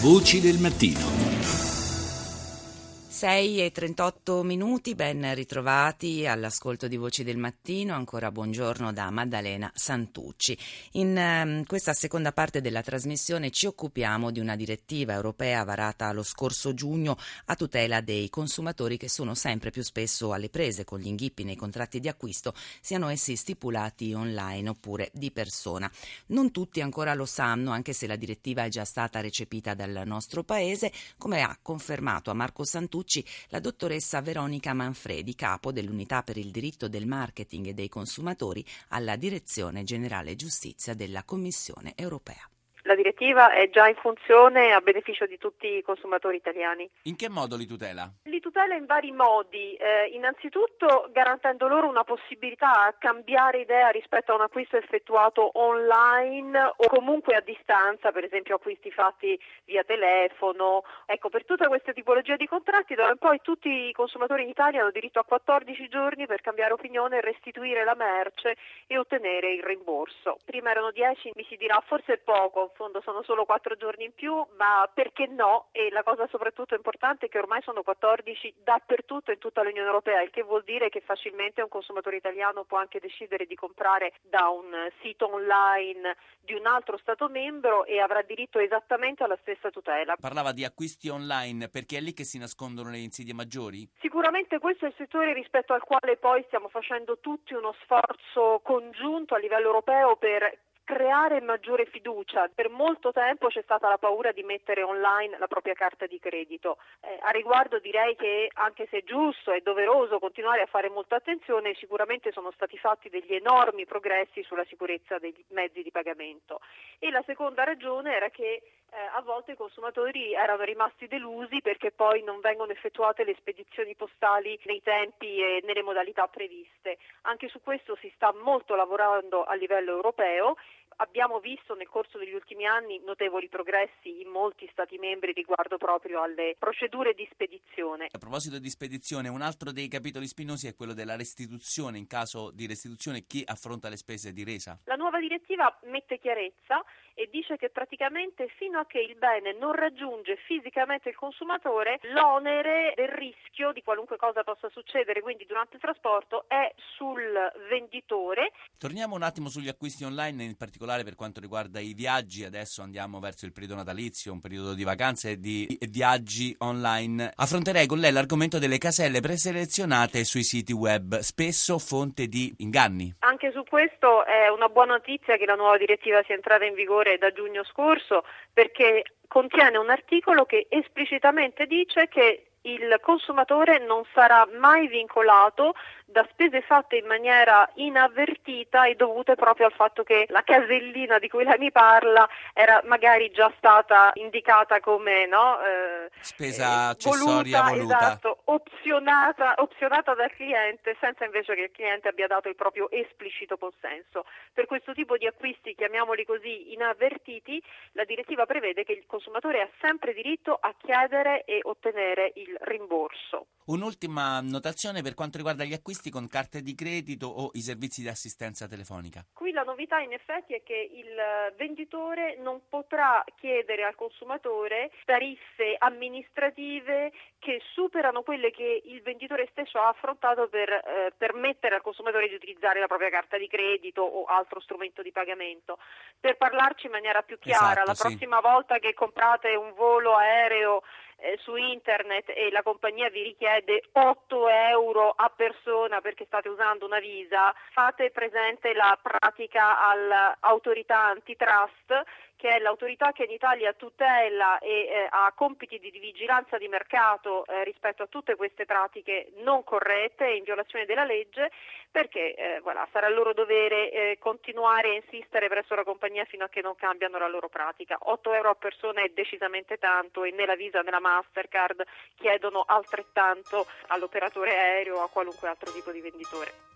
Voci del mattino. 6:38, ben ritrovati all'ascolto di Voci del Mattino, ancora buongiorno da Maddalena Santucci. In questa seconda parte della trasmissione ci occupiamo di una direttiva europea varata lo scorso giugno a tutela dei consumatori che sono sempre più spesso alle prese con gli inghippi nei contratti di acquisto, siano essi stipulati online oppure di persona. Non tutti ancora lo sanno, anche se la direttiva è già stata recepita dal nostro paese, come ha confermato a Marco Santucci la dottoressa Veronica Manfredi, capo dell'Unità per il diritto del marketing e dei consumatori alla Direzione Generale Giustizia della Commissione europea. La direttiva è già in funzione a beneficio di tutti i consumatori italiani. In che modo li tutela? Li tutela in vari modi, innanzitutto garantendo loro una possibilità a cambiare idea rispetto a un acquisto effettuato online o comunque a distanza, per esempio acquisti fatti via telefono. Ecco, per tutta questa tipologia di contratti, da poi tutti i consumatori in Italia hanno diritto a 14 giorni per cambiare opinione, restituire la merce e ottenere il rimborso. Prima erano 10, mi si dirà forse è poco. In fondo sono solo 4 giorni in più, ma perché no? E la cosa soprattutto importante è che ormai sono 14 dappertutto in tutta l'Unione Europea, il che vuol dire che facilmente un consumatore italiano può anche decidere di comprare da un sito online di un altro Stato membro e avrà diritto esattamente alla stessa tutela. Parlava di acquisti online, perché è lì che si nascondono le insidie maggiori? Sicuramente questo è il settore rispetto al quale poi stiamo facendo tutti uno sforzo congiunto a livello europeo per creare maggiore fiducia. Per molto tempo c'è stata la paura di mettere online la propria carta di credito. A riguardo direi che, anche se è giusto e doveroso continuare a fare molta attenzione, sicuramente sono stati fatti degli enormi progressi sulla sicurezza dei mezzi di pagamento. E la seconda ragione era che a volte i consumatori erano rimasti delusi perché poi non vengono effettuate le spedizioni postali nei tempi e nelle modalità previste. Anche su questo si sta molto lavorando a livello europeo. Abbiamo visto nel corso degli ultimi anni notevoli progressi in molti Stati membri riguardo proprio alle procedure di spedizione. A proposito di spedizione, un altro dei capitoli spinosi è quello della restituzione. In caso di restituzione, chi affronta le spese di resa? La nuova direttiva mette chiarezza e dice che praticamente fino a che il bene non raggiunge fisicamente il consumatore, l'onere del rischio di qualunque cosa possa succedere, quindi durante il trasporto, è sul venditore. Torniamo un attimo sugli acquisti online, in particolare per quanto riguarda i viaggi. Adesso andiamo verso il periodo natalizio, un periodo di vacanze e di viaggi online. Affronterei con lei l'argomento delle caselle preselezionate sui siti web, spesso fonte di inganni. Anche su questo è una buona notizia che la nuova direttiva sia entrata in vigore da giugno scorso, perché contiene un articolo che esplicitamente dice che il consumatore non sarà mai vincolato da spese fatte in maniera inavvertita e dovute proprio al fatto che la casellina di cui lei mi parla era magari già stata indicata come spesa accessoria voluta. Esatto, opzionata dal cliente, senza invece che il cliente abbia dato il proprio esplicito consenso. Per questo tipo di acquisti, chiamiamoli così, inavvertiti, la direttiva prevede che il consumatore ha sempre diritto a chiedere e ottenere il rimborso. Un'ultima notazione per quanto riguarda gli acquisti con carte di credito o i servizi di assistenza telefonica. Qui la novità in effetti è che il venditore non potrà chiedere al consumatore tariffe amministrative che superano quelle che il venditore stesso ha affrontato per permettere al consumatore di utilizzare la propria carta di credito o altro strumento di pagamento. Per parlarci in maniera più chiara, esatto, la sì. prossima volta che comprate un volo aereo su internet e la compagnia vi richiede 8 euro a persona perché state usando una Visa, fate presente la pratica all'autorità antitrust, che è l'autorità che in Italia tutela e ha compiti di vigilanza di mercato rispetto a tutte queste pratiche non corrette e in violazione della legge, perché sarà il loro dovere continuare a insistere presso la compagnia fino a che non cambiano la loro pratica. 8 euro a persona è decisamente tanto e né la Visa né la Mastercard chiedono altrettanto all'operatore aereo o a qualunque altro tipo di venditore.